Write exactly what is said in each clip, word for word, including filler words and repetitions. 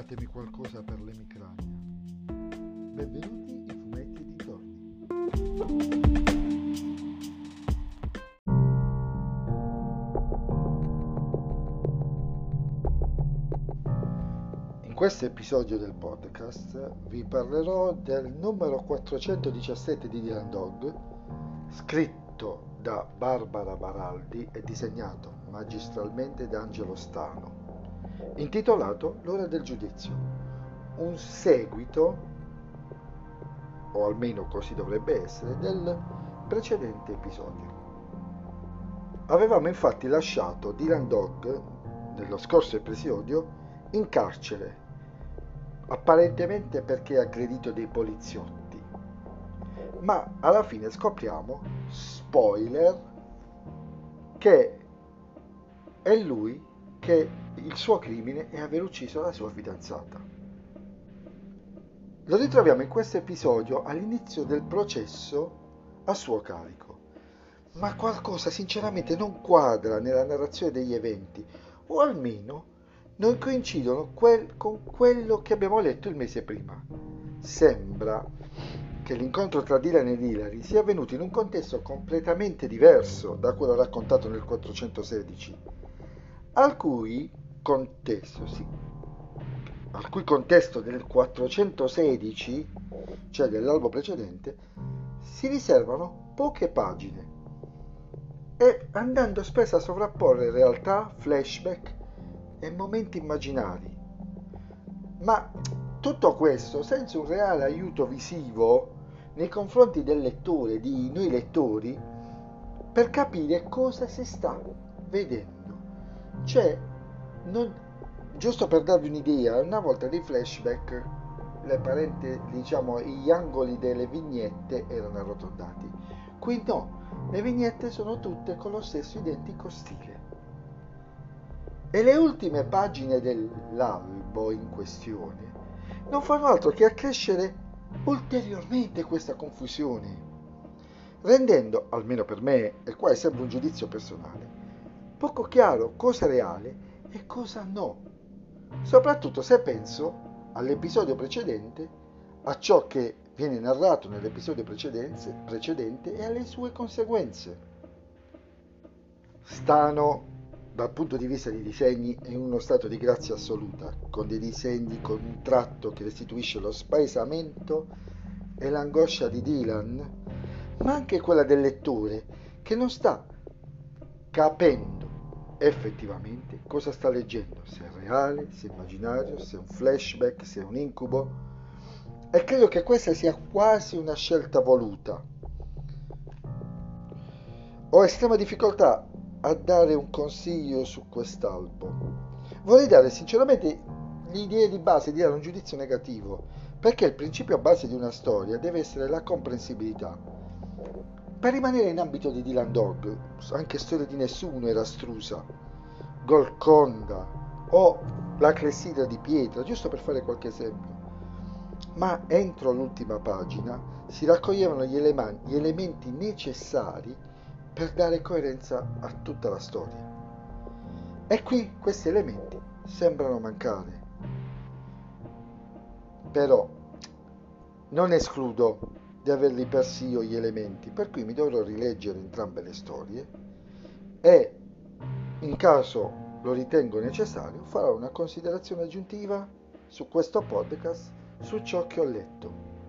Datemi qualcosa per l'emicrania. Benvenuti in Fumetti e Dintorni. In questo episodio del podcast vi parlerò del numero quattrocentodiciassette di Dylan Dog, scritto da Barbara Baraldi e disegnato magistralmente da Angelo Stano, intitolato L'ora del giudizio, un seguito, o almeno così dovrebbe essere, del precedente episodio. Avevamo infatti lasciato Dylan Dog, nello scorso episodio, in carcere, apparentemente perché ha aggredito dei poliziotti, ma alla fine scopriamo, spoiler, che è lui che il suo crimine è aver ucciso la sua fidanzata. Lo ritroviamo in questo episodio all'inizio del processo a suo carico, ma qualcosa sinceramente non quadra nella narrazione degli eventi, o almeno non coincidono quel, con quello che abbiamo letto il mese prima. Sembra che l'incontro tra Dylan ed Hilary sia avvenuto in un contesto completamente diverso da quello raccontato nel quattrocentosedici, al cui contesto, sì, al cui contesto del quattrocentosedici, cioè dell'albo precedente, si riservano poche pagine, e andando spesso a sovrapporre realtà, flashback e momenti immaginari. Ma tutto questo senza un reale aiuto visivo nei confronti del lettore, di noi lettori, per capire cosa si sta vedendo. Cioè, non, giusto per darvi un'idea, una volta dei flashback, le parenti, diciamo, gli angoli delle vignette erano arrotondati. Qui no, le vignette sono tutte con lo stesso identico stile. E le ultime pagine dell'albo in questione non fanno altro che accrescere ulteriormente questa confusione, rendendo, almeno per me, e qua è sempre un giudizio personale, poco chiaro cosa è reale e cosa no, soprattutto se penso all'episodio precedente, a ciò che viene narrato nell'episodio precedente e alle sue conseguenze. Stano, dal punto di vista dei disegni, è in uno stato di grazia assoluta, con dei disegni con un tratto che restituisce lo spaesamento e l'angoscia di Dylan, ma anche quella del lettore, che non sta capendo effettivamente cosa sta leggendo, se è reale, se è immaginario, se è un flashback, se è un incubo. E credo che questa sia quasi una scelta voluta. Ho estrema difficoltà a dare un consiglio su quest'albo. Vorrei dare sinceramente l'idea di base di dare un giudizio negativo, perché il principio base di una storia deve essere la comprensibilità. Per rimanere in ambito di Dylan Dog, anche Storia di Nessuno era astrusa, Golconda o La clessidra di pietra, giusto per fare qualche esempio. Ma entro l'ultima pagina si raccoglievano gli, eleman- gli elementi necessari per dare coerenza a tutta la storia. E qui questi elementi sembrano mancare. Però non escludo di averli persi io gli elementi, per cui mi dovrò rileggere entrambe le storie e, in caso lo ritengo necessario, farò una considerazione aggiuntiva su questo podcast su ciò che ho letto.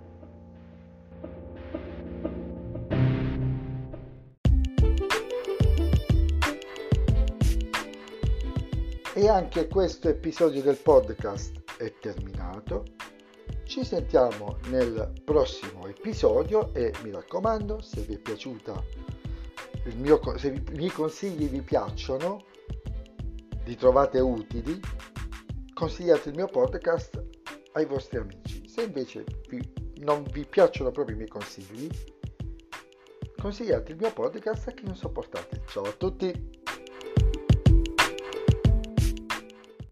E anche questo episodio del podcast è terminato. Ci sentiamo nel prossimo episodio e mi raccomando, se vi è piaciuta il mio, se i miei consigli vi piacciono, li trovate utili, consigliate il mio podcast ai vostri amici. Se invece vi, non vi piacciono proprio i miei consigli, consigliate il mio podcast a chi non sopportate. Ciao a tutti!